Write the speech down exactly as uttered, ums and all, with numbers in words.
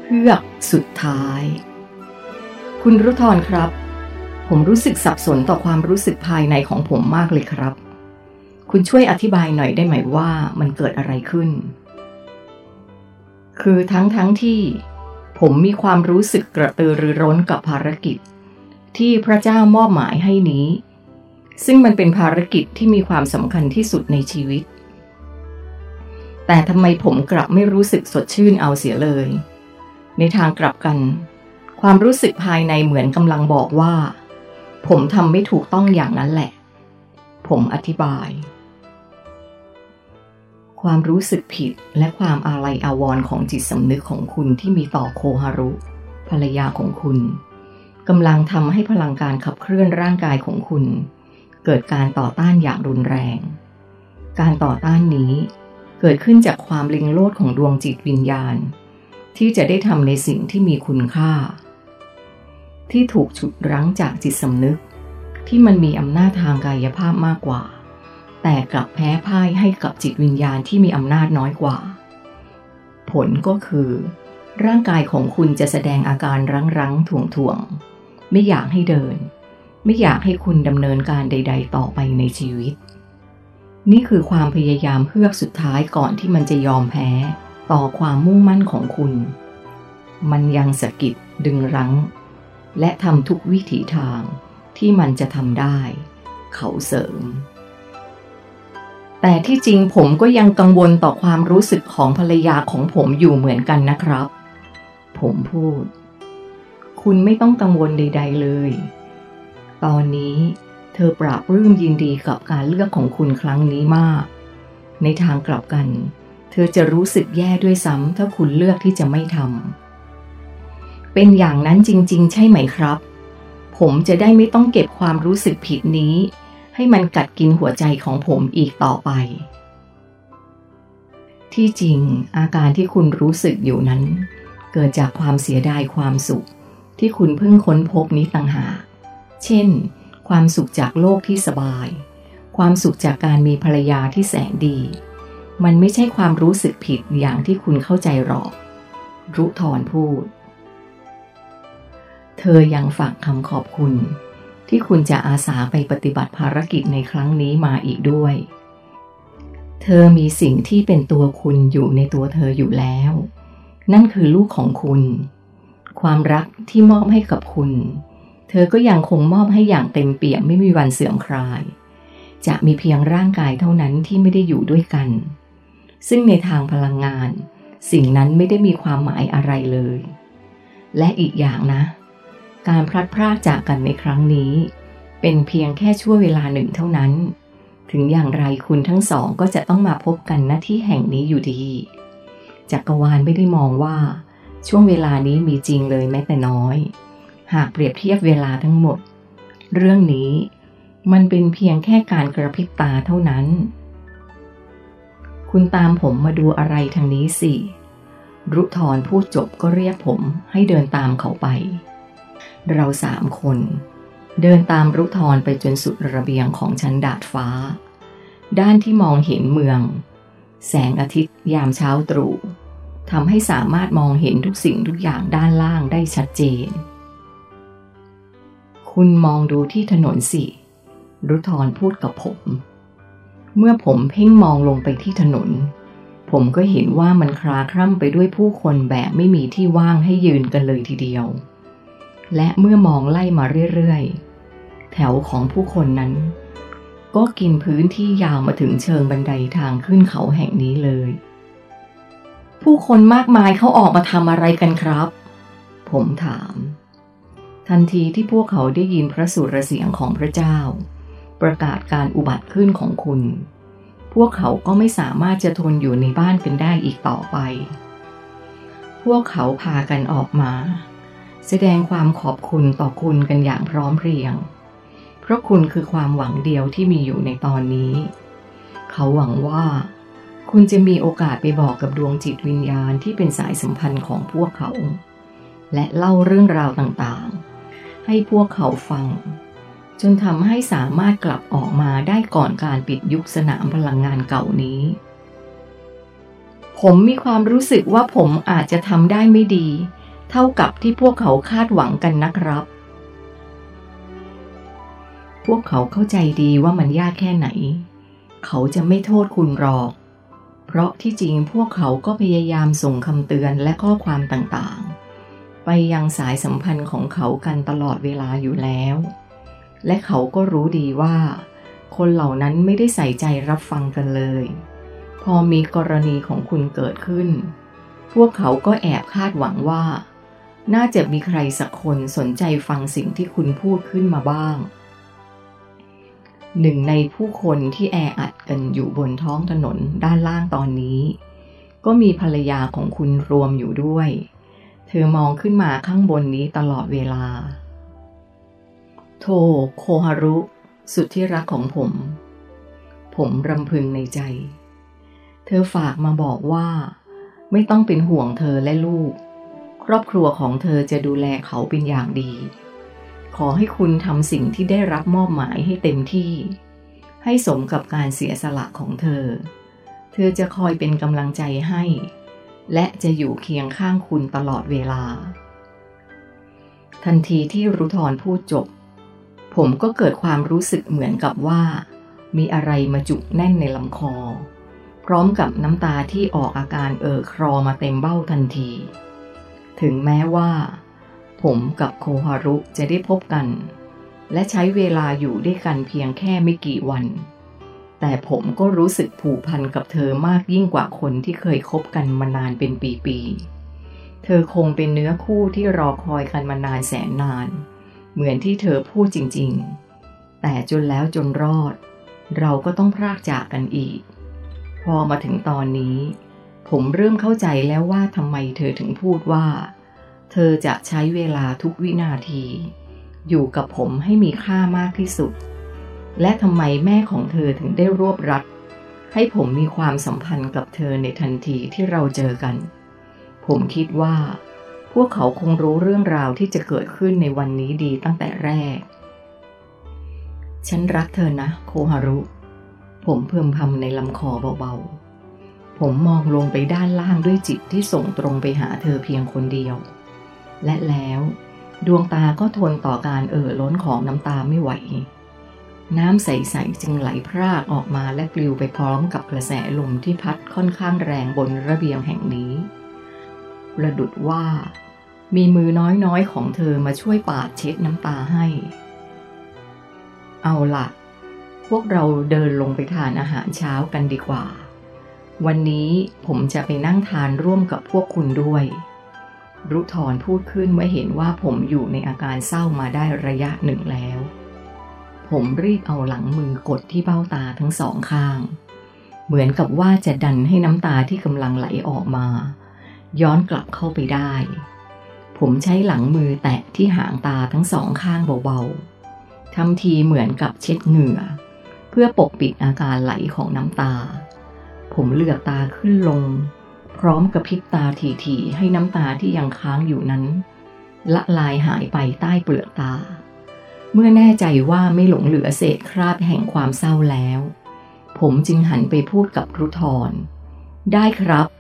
เฮือกสุดท้ายคุณรุธรครับผมรู้สึกสับสนต่อความรู้สึกภายในของผมมากเลยครับคุณช่วยอธิบายหน่อยได้ไหมว่ามันเกิดอะไรขึ้นคือทั้งทั้งที่ผมมีความรู้สึกกระตือรือร้นกับภารกิจที่พระเจ้ามอบหมายให้นี้ซึ่งมันเป็นภารกิจที่มีความสำคัญที่สุดในชีวิตแต่ทำไมผมกลับไม่รู้สึกสดชื่นเอาเสียเลยในทางกลับกันความรู้สึกภายในเหมือนกำลังบอกว่าผมทำไม่ถูกต้องอย่างนั้นแหละผมอธิบายความรู้สึกผิดและความอาลัยอาวรณ์ของจิตสำนึกของคุณที่มีต่อโคฮารุภรรยาของคุณกำลังทำให้พลังการขับเคลื่อนร่างกายของคุณเกิดการต่อต้านอย่างรุนแรงการต่อต้านนี้เกิดขึ้นจากความลิงโลดของดวงจิตวิญญาณที่จะได้ทำในสิ่งที่มีคุณค่าที่ถูกฉุดรั้งจากจิตสำนึกที่มันมีอำนาจทางกายภาพมากกว่าแต่กลับแพ้พ่ายให้กับจิตวิญญาณที่มีอำนาจน้อยกว่าผลก็คือร่างกายของคุณจะแสดงอาการรั้งๆถ่วงๆไม่อยากให้เดินไม่อยากให้คุณดำเนินการใดๆต่อไปในชีวิตนี่คือความพยายามเฮือกสุดท้ายก่อนที่มันจะยอมแพ้ต่อความมุ่งมั่นของคุณมันยังสะกิดดึงรั้งและทำทุกวิถีทางที่มันจะทำได้เขาเสริมแต่ที่จริงผมก็ยังกังวลต่อความรู้สึกของภรรยาของผมอยู่เหมือนกันนะครับผมพูดคุณไม่ต้องกังวลใดๆเลยตอนนี้เธอปราบปลื้มยินดีกับการเลือกของคุณครั้งนี้มากในทางกลับกันเธอจะรู้สึกแย่ด้วยซ้ำถ้าคุณเลือกที่จะไม่ทำเป็นอย่างนั้นจริงๆใช่ไหมครับผมจะได้ไม่ต้องเก็บความรู้สึกผิดนี้ให้มันกัดกินหัวใจของผมอีกต่อไปที่จริงอาการที่คุณรู้สึกอยู่นั้นเกิดจากความเสียดายความสุขที่คุณเพิ่งค้นพบนี้ต่างหากเช่นความสุขจากโลกที่สบายความสุขจากการมีภรรยาที่แสนดีมันไม่ใช่ความรู้สึกผิดอย่างที่คุณเข้าใจหรอกรุธรพูดเธอยังฝากคำขอบคุณที่คุณจะอาสาไปปฏิบัติภารกิจในครั้งนี้มาอีกด้วยเธอมีสิ่งที่เป็นตัวคุณอยู่ในตัวเธออยู่แล้วนั่นคือลูกของคุณความรักที่มอบให้กับคุณเธอก็ยังคงมอบให้อย่างเต็มเปี่ยมไม่มีวันเสื่อมคลายจะมีเพียงร่างกายเท่านั้นที่ไม่ได้อยู่ด้วยกันซึ่งในทางพลังงานสิ่งนั้นไม่ได้มีความหมายอะไรเลยและอีกอย่างนะการพลัดพรากจากกันในครั้งนี้เป็นเพียงแค่ชั่วเวลาหนึ่งเท่านั้นถึงอย่างไรคุณทั้งสองก็จะต้องมาพบกันณที่แห่งนี้อยู่ดีจักรวาลไม่ได้มองว่าช่วงเวลานี้มีจริงเลยแม้แต่น้อยหากเปรียบเทียบเวลาทั้งหมดเรื่องนี้มันเป็นเพียงแค่การกระพริบตาเท่านั้นคุณตามผมมาดูอะไรทางนี้สิรุธรพูดจบก็เรียกผมให้เดินตามเขาไปเราสามคนเดินตามรุธรไปจนสุดระเบียงของชั้นดาดฟ้าด้านที่มองเห็นเมืองแสงอาทิตย์ยามเช้าตรู่ทำให้สามารถมองเห็นทุกสิ่งทุกอย่างด้านล่างได้ชัดเจนคุณมองดูที่ถนนสิรุธรพูดกับผมเมื่อผมเพ่งมองลงไปที่ถนนผมก็เห็นว่ามันคลาคล่ำไปด้วยผู้คนแบบไม่มีที่ว่างให้ยืนกันเลยทีเดียวและเมื่อมองไล่มาเรื่อยๆแถวของผู้คนนั้นก็กินพื้นที่ยาวมาถึงเชิงบันไดทางขึ้นเขาแห่งนี้เลยผู้คนมากมายเขาออกมาทำอะไรกันครับผมถามทันทีที่พวกเขาได้ยินพระสุรเสียงของพระเจ้าประกาศการอุบัติขึ้นของคุณพวกเขาก็ไม่สามารถจะทนอยู่ในบ้านกันได้อีกต่อไปพวกเขาพากันออกมาแสดงความขอบคุณต่อคุณกันอย่างพร้อมเพรียงเพราะคุณคือความหวังเดียวที่มีอยู่ในตอนนี้เขาหวังว่าคุณจะมีโอกาสไปบอกกับดวงจิตวิญญาณที่เป็นสายสัมพันธ์ของพวกเขาและเล่าเรื่องราวต่างๆให้พวกเขาฟังจนทำให้สามารถกลับออกมาได้ก่อนการปิดยุคสนามพลังงานเก่านี้ผมมีความรู้สึกว่าผมอาจจะทำได้ไม่ดีเท่ากับที่พวกเขาคาดหวังกันนะครับพวกเขาเข้าใจดีว่ามันยากแค่ไหนเขาจะไม่โทษคุณหรอกเพราะที่จริงพวกเขาก็พยายามส่งคำเตือนและข้อความต่างๆไปยังสายสัมพันธ์ของเขากันตลอดเวลาอยู่แล้วและเขาก็รู้ดีว่าคนเหล่านั้นไม่ได้ใส่ใจรับฟังกันเลยพอมีกรณีของคุณเกิดขึ้นพวกเขาก็แอบคาดหวังว่าน่าจะมีใครสักคนสนใจฟังสิ่งที่คุณพูดขึ้นมาบ้างหนึ่งในผู้คนที่แออัดกันอยู่บนท้องถนนด้านล่างตอนนี้ก็มีภรรยาของคุณรวมอยู่ด้วยเธอมองขึ้นมาข้างบนนี้ตลอดเวลาโธ่โคฮารุสุดที่รักของผมผมรำพึงในใจเธอฝากมาบอกว่าไม่ต้องเป็นห่วงเธอและลูกครอบครัวของเธอจะดูแลเขาเป็นอย่างดีขอให้คุณทำสิ่งที่ได้รับมอบหมายให้เต็มที่ให้สมกับการเสียสละของเธอเธอจะคอยเป็นกำลังใจให้และจะอยู่เคียงข้างคุณตลอดเวลาทันทีที่รุธรพูดจบผมก็เกิดความรู้สึกเหมือนกับว่ามีอะไรมาจุกแน่นในลำคอพร้อมกับน้ำตาที่ออกอาการเอ่อคลอมาเต็มเบ้าทันทีถึงแม้ว่าผมกับโคฮารุจะได้พบกันและใช้เวลาอยู่ด้วยกันเพียงแค่ไม่กี่วันแต่ผมก็รู้สึกผูกพันกับเธอมากยิ่งกว่าคนที่เคยคบกันมานานเป็นปีๆเธอคงเป็นเนื้อคู่ที่รอคอยกันมานานแสนนานเหมือนที่เธอพูดจริงๆแต่จนแล้วจนรอดเราก็ต้องพรากจากกันอีกพอมาถึงตอนนี้ผมเริ่มเข้าใจแล้วว่าทำไมเธอถึงพูดว่าเธอจะใช้เวลาทุกวินาทีอยู่กับผมให้มีค่ามากที่สุดและทำไมแม่ของเธอถึงได้รวบรัดให้ผมมีความสัมพันธ์กับเธอในทันทีที่เราเจอกันผมคิดว่าพวกเขาคงรู้เรื่องราวที่จะเกิดขึ้นในวันนี้ดีตั้งแต่แรกฉันรักเธอนะโคฮารุผมพึมพำในลำคอเบาๆผมมองลงไปด้านล่างด้วยจิตที่ส่งตรงไปหาเธอเพียงคนเดียวและแล้วดวงตาก็ทนต่อการเอ่อล้นของน้ำตาไม่ไหวน้ำใสๆจึงไหลพรากออกมาและปลิวไปพร้อมกับกระแสลมที่พัดค่อนข้างแรงบนระเบียงแห่งนี้ประดุจว่ามีมือน้อยๆของเธอมาช่วยปาดเช็ดน้ำตาให้เอาล่ะพวกเราเดินลงไปทานอาหารเช้ากันดีกว่าวันนี้ผมจะไปนั่งทานร่วมกับพวกคุณด้วยรุธรพูดขึ้นเมื่อเห็นว่าผมอยู่ในอาการเศร้ามาได้ระยะหนึ่งแล้วผมรีบเอาหลังมือกดที่เบ้าตาทั้งสองข้างเหมือนกับว่าจะดันให้น้ำตาที่กำลังไหลออกมาย้อนกลับเข้าไปได้ผมใช้หลังมือแตะที่หางตาทั้งสองข้างเบาๆทำทีเหมือนกับเช็ดเหงื่อเพื่อปกปิดอาการไหลของน้ำตาผมเลือกตาขึ้นลงพร้อมกับพริบตาถี่ๆให้น้ำตาที่ยังค้างอยู่นั้นละลายหายไปใต้เปลือกตาเมื่อแน่ใจว่าไม่หลงเหลือเศษคราบแห่งความเศร้าแล้วผมจึงหันไปพูดกับรุธรได้ครับ